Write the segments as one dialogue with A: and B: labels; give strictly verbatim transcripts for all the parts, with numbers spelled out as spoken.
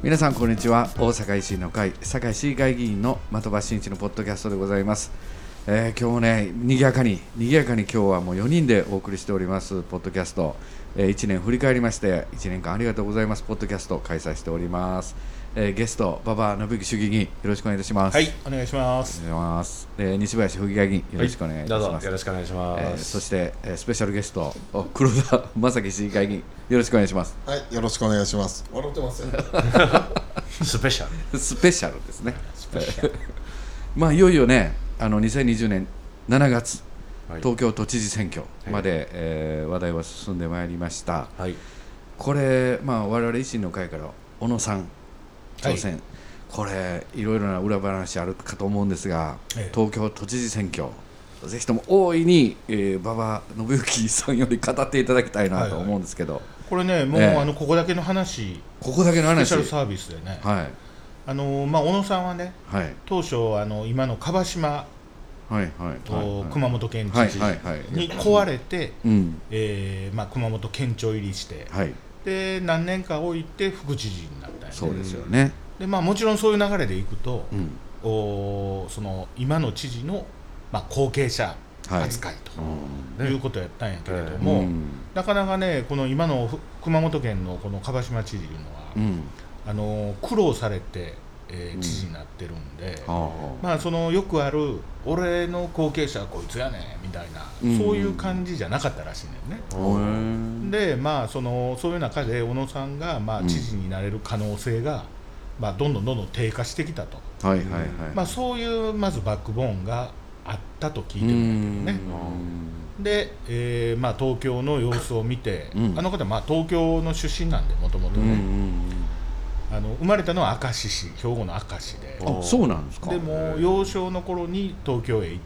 A: 皆さんこんにちは。大阪維新の会堺市議会議員の的場真一のポッドキャストでございます。えー、今日もねにぎやかににぎやかに今日はもうよにんでお送りしておりますポッドキャスト、えー、いちねん振り返りましていちねんかんありがとうございますポッドキャスト開催しております。えー、ゲスト馬場伸幸衆議院議員よろしくお願いいたします。
B: はい、お願いします。
A: お願いします。えー、西林府議会議員よろしくお願いいたします。
C: はい、どうぞよろしくお願いします。
A: えー、そして、えー、スペシャルゲスト黒田正樹市議会議員よろしくお願いします。
D: はい、よろしくお願いします。笑ってますよ
C: スペシャル
A: スペシャルですね。スペシャルまあいよいよねあのにせんにじゅうねんしちがつ、はい、東京都知事選挙まで、はい、えー、話題は進んでまいりました。はい、これ、まあ、我々維新の会から小野さん挑戦、はい、これいろいろな裏話あるかと思うんですが、ええ、東京都知事選挙ぜひとも大いに、えー、馬場伸幸さんより語っていただきたいなと思うんですけど、はいはい、
B: これねもう、ええ、あのここだけの話
A: ここだけの話
B: スペシャルサービスでね、はい、あのまあ、小野さんはね、はい、当初あの今の蒲島はいはいはいはい、熊本県知事に請われて、えーまあ、熊本県庁入りして、はい、で何年か置いて副知事になったん、ね、
A: そうですよね。
B: で、まあ、もちろんそういう流れでいくと、うん、おその今の知事の、まあ、後継者扱いと、はい、いうことをやったんやけれども、うん、なかなかねこの今の熊本県のこの蒲島知事いうのは、うん、あの苦労されてえー、知事になってるんで、うん、まあそのよくある俺の後継者はこいつやねみたいな、うん、そういう感じじゃなかったらしいねんね。でまあそのそういう中で小野さんがまあ知事になれる可能性が、うん、まあどんどんどんどん低下してきたと、はいはいはい、まあそういうまずバックボーンがあったと聞いてるんだけどね。で、えーまあ、東京の様子を見て、うん、あの方はまあ東京の出身なんでもともとね。あの生まれたのは明石市、兵庫の明石で、
A: あ、そうなんですか。
B: でも幼少の頃に東京へ行って、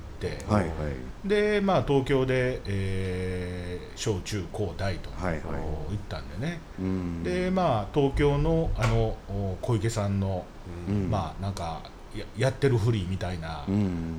B: はいはい、でまあ東京で、えー、小中高大と、はいはい、行ったんでね、うん、でまあ東京のあの小池さんの、うん、まあなんか や, やってるフリーみたいな、うん、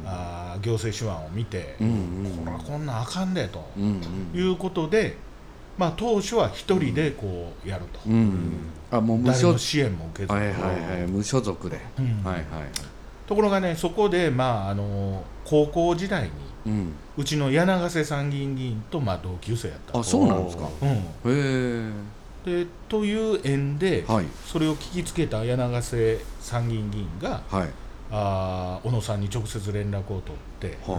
B: あ行政手腕を見て、うんうん、これはこんなんあかんでと、うんうん、いうことで、まあ、当初は一人でこうやると、うんうん、あもう無所誰の支援も受けず、はいはい
A: はい、無所属で、うんはいはい、
B: ところがねそこで、まあ、あの高校時代に、うん、うちの柳瀬参議院議員と、まあ、同級生やったと。
A: あそうなんですか、うん、へ
B: でという縁で、はい、それを聞きつけた柳瀬参議院議員が、はい、あ小野さんに直接連絡を取って、はい、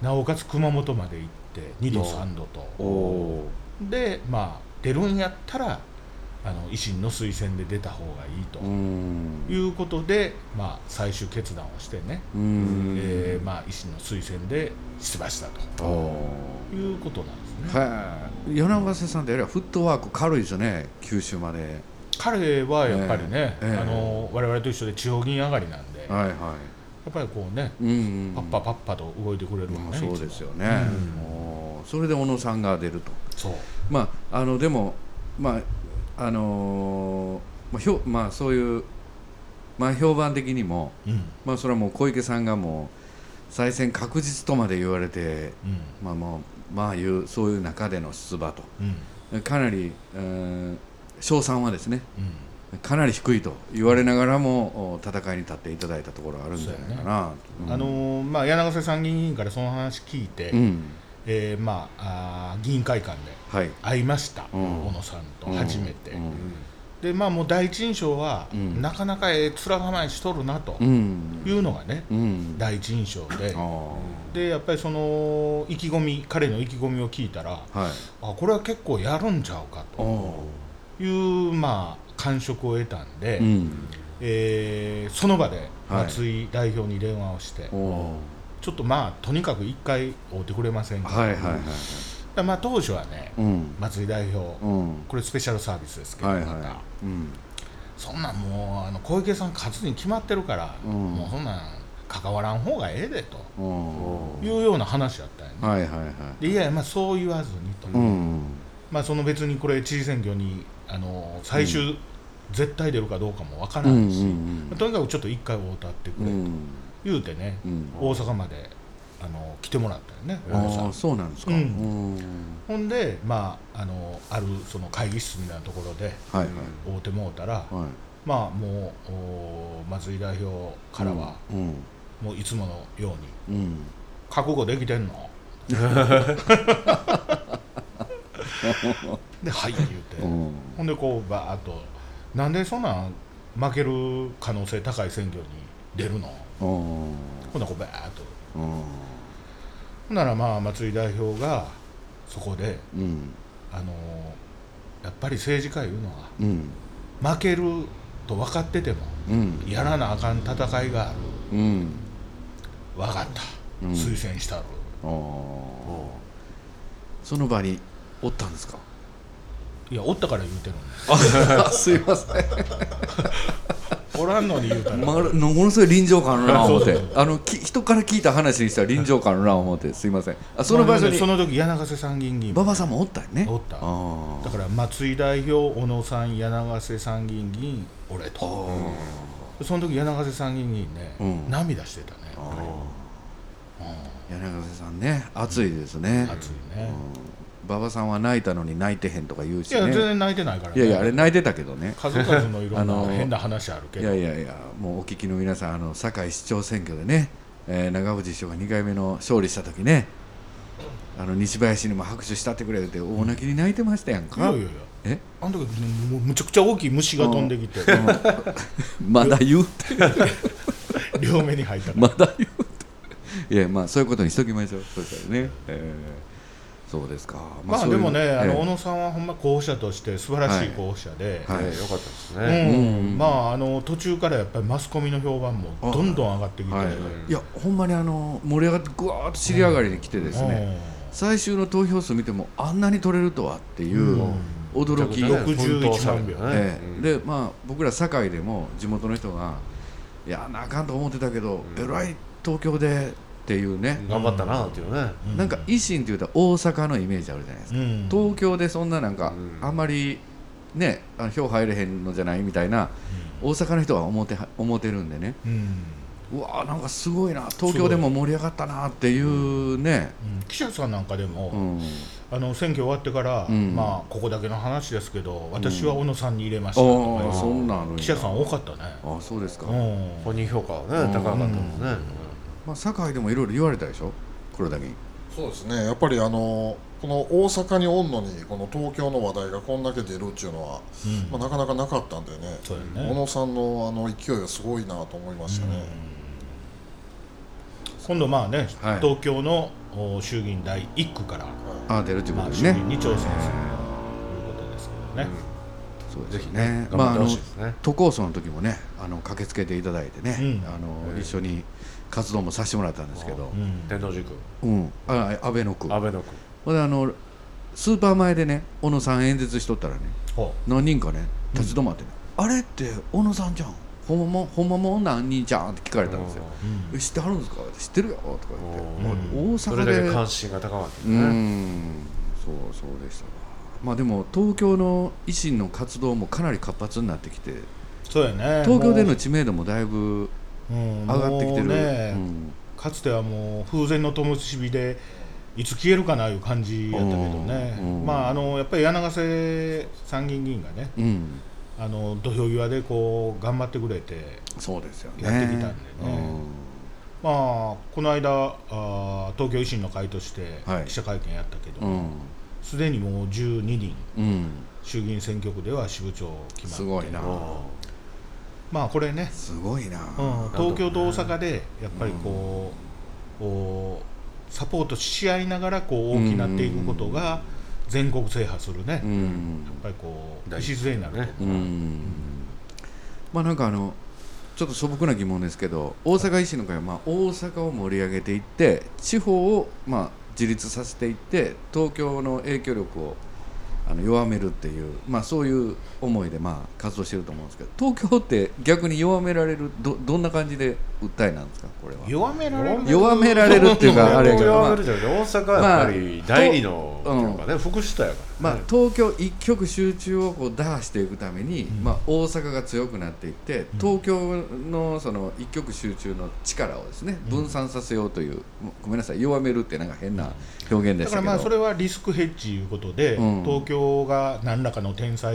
B: なおかつ熊本まで行ってにどさんどとで、まあ、出るんやったらあの維新の推薦で出た方がいいということで、まあ、最終決断をしてね、えーまあ、維新の推薦で出馬したということなんですね。
A: はい、柳瀬さんってやはりフットワーク軽いですよね。九州まで
B: 彼はやっぱりね、えーえー、あの我々と一緒で地方議員上がりなんで、はいはい、やっぱりこうね、うんうん、パッパパッパと動いてくれるわね、
A: うん、そうですよね、うん、それで小野さんが出ると。そうまああのでもまああのーまあひょまあ、そういう、まあ、評判的にも、うんまあ、それはもう小池さんがもう再選確実とまで言われて、うんまあもうまあ、いうそういう中での出馬と、うん、かなり、えー、勝算はですね、うん、かなり低いと言われながらも戦いに立っていただいたところがあるんじゃないかな、ねうん
B: あのーまあ、柳瀬参議院議員からその話聞いて、うんえーまあ、あ議員会館で会いました、はい、小野さんと初めて、うんうん、でまあもう第一印象は、うん、なかなかええ面構えしとるなというのがね、うん、第一印象で、でやっぱりその意気込み彼の意気込みを聞いたら、はい、あこれは結構やるんちゃうかという、まあ、感触を得たんで、うんえー、その場で松井代表に電話をして、はいちょっとまあとにかく一回会うてくれませんか、はいはいはいはい、まあ当初はね、うん、松井代表、うん、これスペシャルサービスですけど、はいはいまたうん、そんなんもうあの小池さん勝つに決まってるから、うん、もうそんなん関わらん方がええでと、うん、いうような話だったんやね、はいはいはい、でいやいや、まあ、そう言わずにと、うんまあ、その別にこれ知事選挙にあの最終、うん、絶対出るかどうかもわからないし、うんうんうん、とにかくちょっと一回会うたってくれと、うん言うてね、うん、大阪まであの来てもらったよね。
A: ああそうなんですか、うん、
B: ほんで、まあ、あのあるその会議室みたいなところで、はいはい、会うてもうたら、はい、 まあもう松井代表からは、うんうん、もういつものように、うん、覚悟できてんのではい言うて、うん、ほんでこうバーッとなんでそんな負ける可能性高い選挙に出るの、うん、ほんならこうバーッと、うん、ほんならまあ松井代表がそこで、うん、あのやっぱり政治家いうのは、うん、負けると分かってても、うん、やらなあかん戦いがある、うん、分かった、うん、推薦したる、
A: その場におったんですか？
B: いやおったから言うてる
A: んですすいません
B: おらんのに言うたら、
A: ま、ものすごい臨場感あるな思ってあのき人から聞いた話にしたら臨場感あるな思ってすいません。あその場所に、
B: まあ、その時柳瀬参議院議員
A: 馬場さんもおったよね。
B: おった。だから松井代表、小野さん、柳瀬参議院議員俺と、その時柳瀬参議院議員ね、うん、涙してたね。
A: 柳瀬さんね熱いですね。
B: 熱いね。
A: 馬場さんは泣いたのに泣いてへんとか言うしね。
B: いや全然泣いてないからね。
A: いやいやあれ泣いてたけどね。
B: 数々のいろんな変な話あるけど。
A: いやいやいやもうお聞きの皆さん、あの堺市長選挙でね、えー、長渕市長がにかいめの勝利した時ね、あの西林にも拍手したってくれって大泣きに泣いてましたやんか。
B: いやいやいや。え？あの時もうむちゃくちゃ大きい虫が飛んできて。
A: まだ言うて。
B: 両目に入ったから。
A: まだ言うて。いやまあそういうことにしときましょう。そうしたらね。えーそうですか。
B: まあ、まあでもね、えー、あの小野さんはほんま候補者として素晴らしい候補者で、
C: はいはい、よかったですね。
B: うんうん、まああの途中からやっぱりマスコミの評判もどんどん上がってきて、はいはい、
A: いやほんまにあの盛り上がってぐわーっと尻上がりに来てですね、最終の投票数見てもあんなに取れるとはっていう驚き、
B: ろくじゅういちまんびょう、
A: えー、でまあ僕ら堺でも地元の人がいやなあかんと思ってたけど、うん、えらい東京でっていうね、
C: 頑張ったなっていうね、
A: うん、なんか維新っていうと大阪のイメージあるじゃないですか、うん、東京でそんななんか、うん、あんまりねあの票入れへんのじゃないみたいな、うん、大阪の人は思って思ってるんでね、うん、うわなんかすごいな東京でも盛り上がったなっていうね、
B: うん、記者さんなんかでも、うん、あの選挙終わってから、うん、まあここだけの話ですけど私は小野さんに入れましたとか、
A: うん、そんな
B: 記者さん多かったね。
A: あそうですか、
C: 本人評価はね高かったですね。
A: まあ、堺でもいろいろ言われたでしょ黒田議員。
D: そうですねやっぱりあのこの大阪におんのにこの東京の話題がこんだけ出るっていうのは、うんまあ、なかなかなかったんでね、そうね小野さんのあの勢いはすごいなと思いましたね。
B: 今度まあね、はい、東京の衆議院だいいっくから、
A: はい、あ出るということですね、
B: まあ、衆議院に挑戦するということですけどね、
A: うん、そうですね。まああの都構想の時もねあの駆けつけていただいてね、うん、あの一緒に活動もさせてもらったんですけど、
C: うん、天王寺区、
A: うん、あ安倍の区、
C: 安倍の区。
A: ほんであのスーパー前でね小野さん演説しとったらね、何人かね立ち止まってね、うん、あれって小野さんじゃん、ほんまもほんまも何人じゃんって聞かれたんですよ。うん、知ってはるんですか、知ってるよとか言って、うん、大阪で
C: それだけ関心が高かったね。
A: うんそうそうでしたわ。まあでも東京の維新の活動もかなり活発になってきて、
B: そうやね、
A: 東京での知名度もだいぶうん、上がってきてる、
B: ねうん、かつてはもう風前の灯火でいつ消えるかないう感じやったけどね、うんうん、まああのやっぱり柳瀬参議院議員がね、うん、あの土俵際でこう頑張ってくれて
A: そうですよね
B: やってきたんでね、うん、まあこの間あ東京維新の会として記者会見やったけどすで、はい、にもうじゅうににん、うん、衆議院選挙区では支部長決まって
A: すごいな。
B: まあこれね
A: すごいな、
B: うん、東京と大阪でやっぱりこう、うん、サポートし合いながらこう大きくなっていくことが全国制覇するね、うん、やっぱりこう礎になると思う、うん、
A: まあなんかあのちょっと素朴な疑問ですけど大阪維新の会はまあ大阪を盛り上げていって地方をまあ自立させていって東京の影響力をあの弱めるっていう、まあ、そういう思いでまあ活動してると思うんですけど東京って逆に弱められる ど, どんな感じで訴えなんですかこれは。
B: 弱められる
A: 弱められるっていうかあれやけど、
C: 弱めるじゃなくて大阪はやっぱり第二の、まあ、っていうかね、うん、副首都やから、ね、
A: まあ、東京一極集中をこう打破していくために、うんまあ、大阪が強くなっていって東京 の, その一極集中の力をですね分散させようという、うん、ごめんなさい弱めるってなんか変な表現でしたけど、
B: だからまあそれはリスクヘッジいうことで、うん、東京が何らかの天災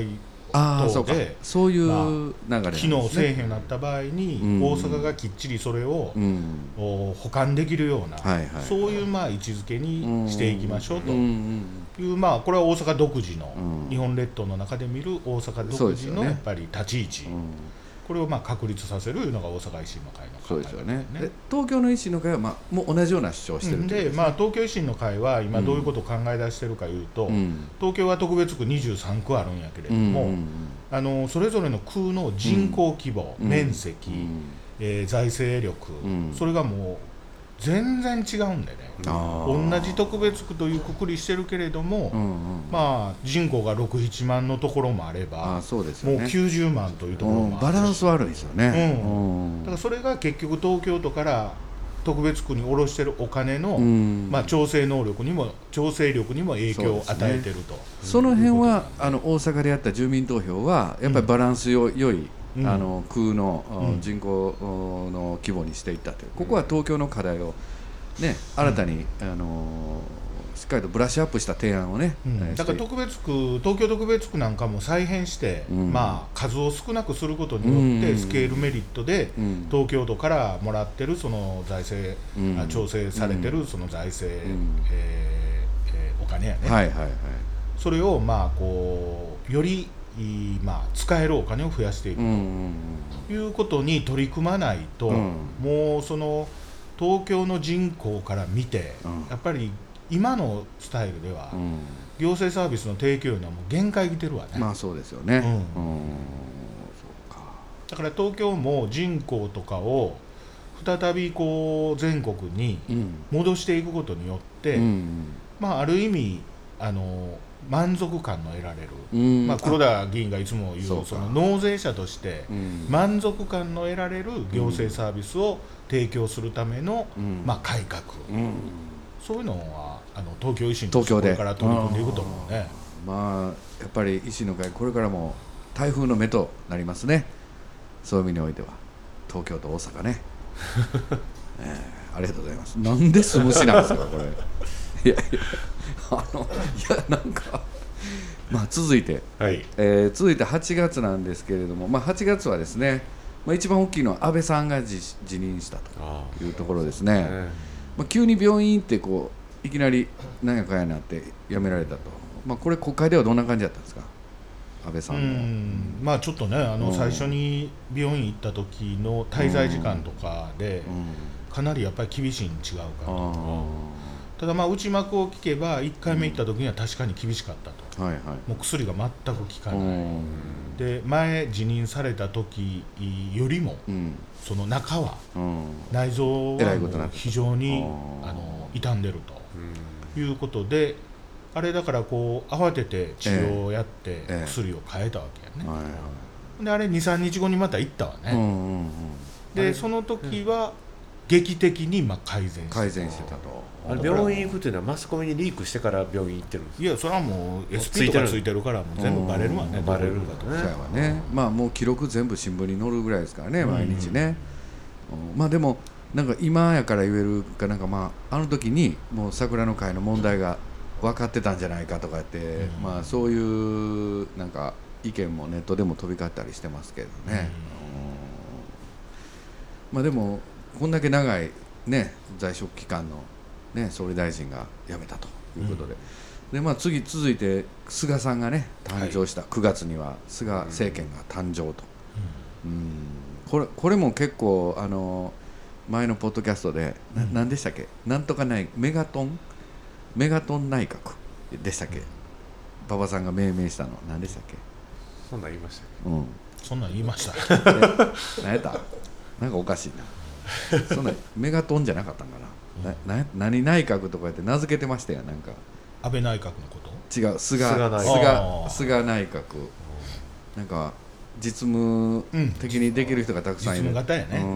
A: あそうかそういう流れなんですね。
B: 機能せえへんようになった場合に、うん、大阪がきっちりそれを、うん、補完できるような、はいはいはい、そういうまあ位置づけにしていきましょうという、うんうん、まあこれは大阪独自の、うん、日本列島の中で見る大阪独自のやっぱり立ち位置、これをまあ確立させるのが大阪維新の会の考え
A: そうですよね。で東京の維新の会はまあもう同じような主張をしてるん
B: で、まあ、東京維新の会は今どういうことを考え出してるかいうと、うん、東京は特別区にじゅうさんくあるんやけれども、うん、あのそれぞれの区の人口規模、うん、面積、うんえー、財政力、うん、それがもう全然違うんでね、同じ特別区というくくりしてるけれども、うんうんまあ、人口がろく、ななまんのところもあれば、
A: あそうですよね、
B: もうきゅうじゅうまんというところもあるし、
A: バランス悪いですよね、
B: うん、だからそれが結局東京都から特別区に下ろしてるお金の、うんまあ、調整能力にも調整力にも影響を与えてると
A: そ,、ね、その辺はあの大阪でやった住民投票はやっぱりバランスよ、うん、良いあの区の、うん、人口の規模にしていったという、ここは東京の課題を、ね、新たに、うんあのー、しっかりとブラッシュアップした提案をね、
B: うん、だから特別区東京特別区なんかも再編して、うんまあ、数を少なくすることによって、うん、スケールメリットで、うん、東京都からもらってるその財政、うん、調整されてるその財政、うんえーえー、お金やね、はいはいはい、それをまあこうよりまあ、使えるお金を増やしていくということに取り組まないと、うん、もうその東京の人口から見て、うん、やっぱり今のスタイルでは、うん、行政サービスの提供にはもう限界来てるわね。
A: まあそうですよね、うんうん、
B: そうか。だから東京も人口とかを再びこう全国に戻していくことによって、うん、まあある意味あの満足感の得られる、うんまあ、黒田議員がいつも言う、その納税者として満足感の得られる行政サービスを提供するための、うんまあ、改革、うん、そういうのはあの東京維新としてこれから取り組んでいくと思うね。
A: まあ、やっぱり維新の会これからも台風の目となりますね。そういう意味においては東京と大阪ね、えー、ありがとうございます。なんでスムシなんですかこれいやいやあのいやなんかまあ続いて、はいえー、続いてはちがつなんですけれども、まあ、はちがつはですね、まあ、一番大きいのは安倍さんが 辞, 辞任したというところですね。ねまあ、急に病院行ってこういきなり何やかんやなって辞められたと、まあ、これ国会ではどんな感じだったんですか安倍さんの。
B: うんまあちょっとねあの最初に病院行った時の滞在時間とかでかなりやっぱり厳しいに違うかと。ただまあ内幕を聞けばいっかいめ行った時には確かに厳しかったと、うんはいはい、もう薬が全く効かないで前辞任された時よりも、うん、その中は、うん、内臓は非常にあの傷んでるということで、あれだからこう慌てて治療をやって薬を変えたわけやね、ええはいはい、であれ にさんにちごにまた行ったわね、うんうんうん、でその時は劇的にまあ改善してた
A: 改善してたと。
C: あれ病院行くというのはマスコミにリークしてから病院行ってるんですか。
B: いやそれはもう エスピー とかついてるからもう全部バレるわね。
C: バレるんだとね。
A: そうやわね。まあもう記録全部新聞に載るぐらいですからね毎日ね、うん、まあでもなんか今やから言えるかなんかまああの時にもう桜の会の問題が分かってたんじゃないかとかって、うん、まあそういうなんか意見もネットでも飛び交ったりしてますけどね、うん、まあでもこんだけ長いね在職期間のね、総理大臣が辞めたということで、うんでまあ、次続いて菅さんがね誕生した、はい、くがつには菅政権が誕生と、うんうん、これ、これも結構あの前のポッドキャストで、うん、な何でしたっけなんとかないメガトンメガトン内閣でしたっけ馬場さんが命名したの何でしたっけ。
C: そんなん言いましたっ
B: け、うん、そんなん言いました
A: 何やったなんかおかしいなそんなメガトンじゃなかったんかななな何内閣とか言って名付けてましたよ。なんか
B: 安倍内閣のこと
A: 違う菅菅内閣菅内閣なんか実務的にできる人がたくさんいる、
B: 実務型やね、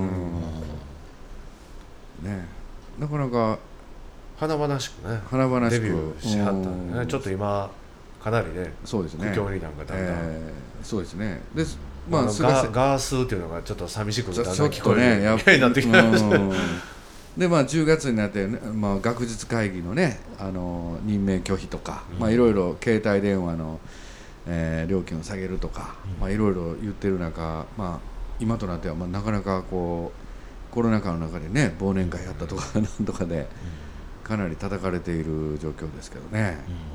A: うん、ねなかなか
C: 華々しくね
A: 華々しく
C: デビューしはったんでね。ちょっと今かなりね
A: そうですね
C: 苦境になんかだんだん、
A: えー、そうですねで
C: まあ、あガ, ガースっていうのがちょっと寂しくだんだん聞こえるようになってきました
A: でまあ、じゅうがつになって、ねまあ、学術会議のねあの任命拒否とか、うんまあ、いろいろ携帯電話の、 えー、料金を下げるとか、まあ、いろいろ言ってる中、まあ、今となってはまあなかなかこうコロナ禍の中でね忘年会やったとかなんとかでかなり叩かれている状況ですけどね、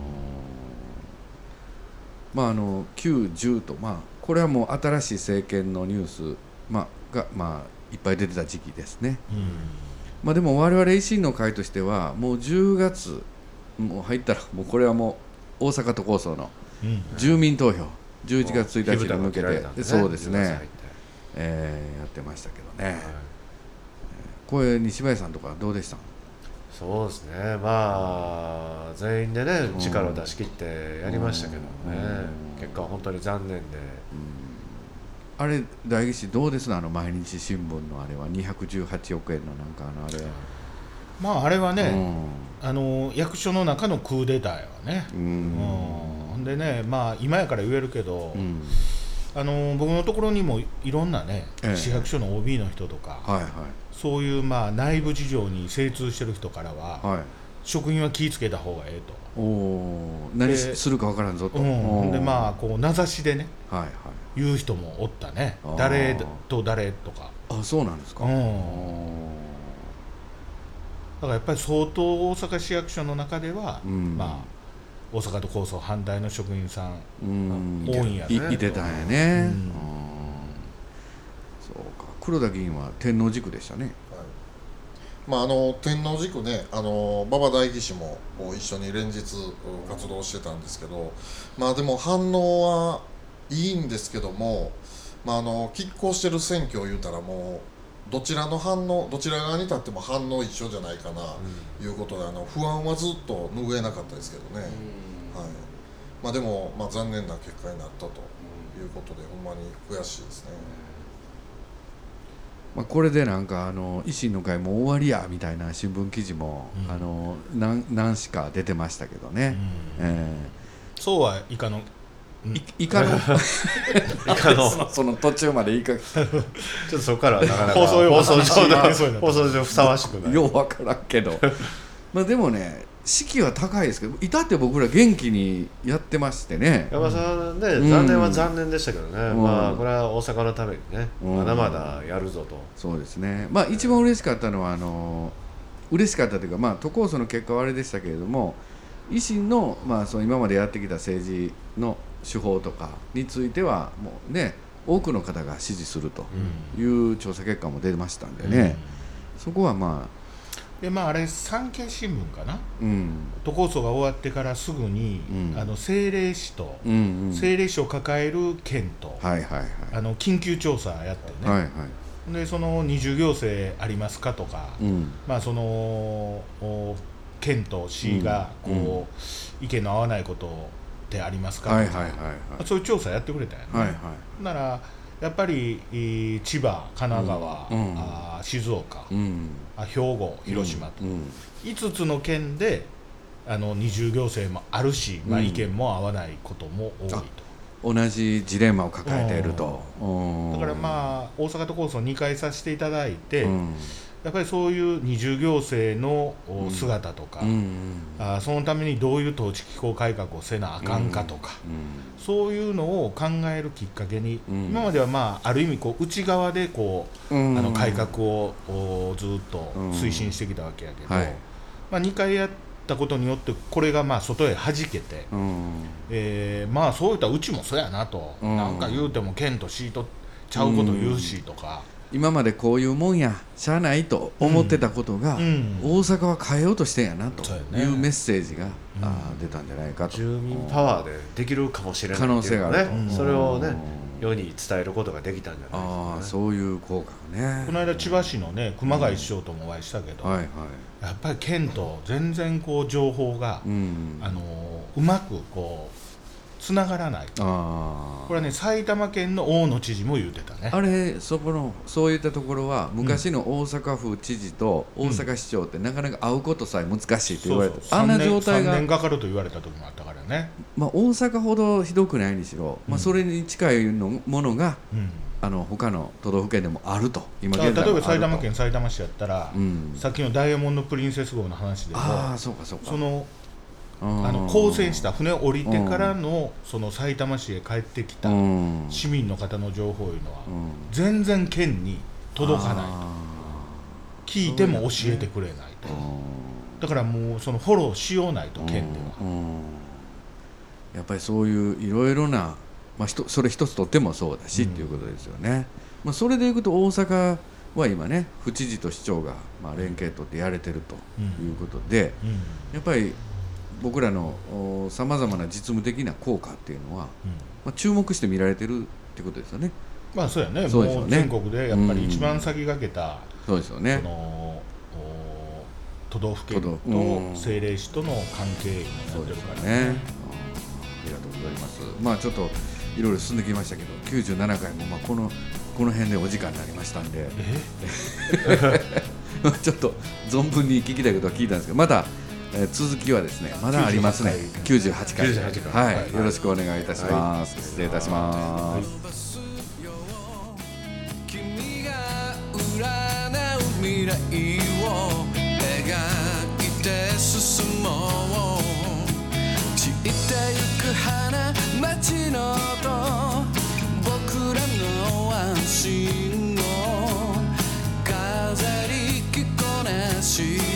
A: うん、まああのきゅう、じゅうと、まあ、これはもう新しい政権のニュース、まあ、が、まあ、いっぱい出てた時期ですね、うんまあ、でも我々維新の会としてはもうじゅうがつもう入ったらもうこれはもう大阪都構想の住民投票、うん、じゅういちがつついたちに向けて、ね、そうですね、えー、やってましたけどね、はい、これ西林さんとかどうでした？
C: そうですね、まあ全員でね力を出し切ってやりましたけどね、結果は本当に残念で、
A: うん、あれ代議士どうですね、あの毎日新聞のあれはにひゃくじゅうはちおくえんのなんかあのあれ、
B: まああれはね、うん、あの役所の中のクーデターやわね、うんうん、でね、まあ今やから言えるけど、うん、あの僕のところにもいろんなね、ええ、市役所の オービー の人とか、はいはい、そういうまあ内部事情に精通してる人からは、はい、職員は気をつけた方がええと、
A: お何するか分からんぞと、
B: うん、でまあこう名指しでね、はいはい、言う人もおったね、誰と誰とか。
A: あ、そうなんですか、うん、
B: だからやっぱり相当大阪市役所の中では、うん、まあ大阪都構想反対の職員さん、うん、多いんやね。
A: いてたんやね、うん、そうか。黒田議員は天王寺区でしたね、はい、
D: まあ、あの天王寺区ね、あの馬場代議士も一緒に連日活動してたんですけど、まあでも反応はいいんですけども、まあ、あの拮抗してる選挙を言うたらもうどちらの反応どちら側に立っても反応一緒じゃないかなということで、あの不安はずっと拭えなかったですけどね、はい、まあ、でも、まあ、残念な結果になったということでほんまに悔しいですね。
A: まあ、これでなんかあの維新の会もう終わりやみたいな新聞記事も、うん、あの 何, 何しか出てましたけどね、うん、え
B: ー、そうはいかの
A: イカのイカのその途中までイカちょっ
C: とそこからはなかなか放送上放送上ふさわしくない、
A: よう分からんけどまあでもね士気は高いですけど、いたって僕ら元気にやってましてね。
C: 山田さんね、うん、残念は残念でしたけどね、うん、まあこれは大阪のためにね、うん、まだまだやるぞと。
A: そうですね、まあ一番嬉しかったのはあの嬉しかったというか、まあ都構想の結果はあれでしたけれども、維新の、まあ、その今までやってきた政治の手法とかについてはもうね多くの方が支持するという調査結果も出ましたんでね、うん、そこはまあ
B: で、まあ、あれ産経新聞かな、うん、都構想が終わってからすぐに、うん、あの政令市と、うんうん、政令市を抱える県と、はいはいはい、あの緊急調査やってね、はいはい、でその二重行政ありますかとか、うん、まあその県と市がこう、うん、意見の合わないことってありますかとか、はいはいはいはい、そういう調査やってくれたよね、はいはい、ならやっぱり千葉、神奈川、うん、あ静岡、うん、あ兵庫、広島と、うんうん、いつつの県であの二重行政もあるし、まあ、意見も合わないことも多いと、
A: うん、同じジレンマを抱えていると、
B: だからまあ大阪都構想にかいさせていただいて、うん、やっぱりそういう二重行政の姿とか、うんうんうん、あそのためにどういう統治機構改革をせなあかんかとか、うんうん、そういうのを考えるきっかけに、うん、今まではまあある意味こう内側でこう、うん、あの改革をずっと推進してきたわけやけど、うんはい、まあ、にかいやったことによってこれがまあ外へ弾けて、うん、えー、まあそういったらうちもそうやなと、うん、なんか言うても県と市とちゃうこと言うしとか、
A: うん、今までこういうもんやしゃあないと思ってたことが、うん、大阪は変えようとしてんやなというメッセージが、うん、あ出たんじゃないかと。
C: 住民パワーでできるかもしれない
A: 可能性があると、
C: ね、それをね世に伝えることができたんじゃないですか、ね、
A: あそういう効果がね。
B: この間千葉市のね熊谷市長ともお会いしたけど、うんはいはい、やっぱり県と全然こう情報が、うん、あのうまくこうつながらない。あこれはね埼玉県の大野知事も言うてたね。
A: あれそこのそういったところは昔の大阪府知事と大阪市長ってなかなか会うことさえ難しいと言われて、うん、あんな状態が
B: さんねんかかると言われた時もあったからね、
A: まあ、大阪ほどひどくないにしろ、うんまあ、それに近いのものが、うん、あの他の都道府県でもあると今現在もあると。
B: 例えば埼玉県埼玉市やったら、うん、さっきのダイヤモンドプリンセス号の話でも
A: あそうかそうか
B: そのあの降船した船降りてからのそのさいたま市へ帰ってきた市民の方の情報いうのは全然県に届かないと、聞いても教えてくれないと、だからもうそのフォローしようないと県では。
A: やっぱりそういういろいろな、まあ、それ一つとってもそうだし、うん、っていうことですよね。まあ、それでいくと大阪は今ね府知事と市長がまあ連携取ってやれてるということで、うんうん、やっぱり僕らのさまざまな実務的な効果っていうのは、うんまあ、注目して見られてるってことですよね。
B: まあそうやね。そうですよね。もう全国でやっぱり一番先駆けた、
A: うん、そうですよね。
B: その都道府県と政令市との関係になってるからね。
A: ありがとうございます。まあちょっといろいろ進んできましたけどきゅうじゅうななかいもまあこのこの辺でお時間になりましたんでちょっと存分に聞きたいことは聞いたんですけどまた、えー、続きはですねまだありますね。きゅうじゅうはちかい、はいはい、よろしくお願いいたします、はい、失礼いたします、はい、君が占う未来を描いて進もう散ってゆく花街の音僕らの安心を飾り着こなし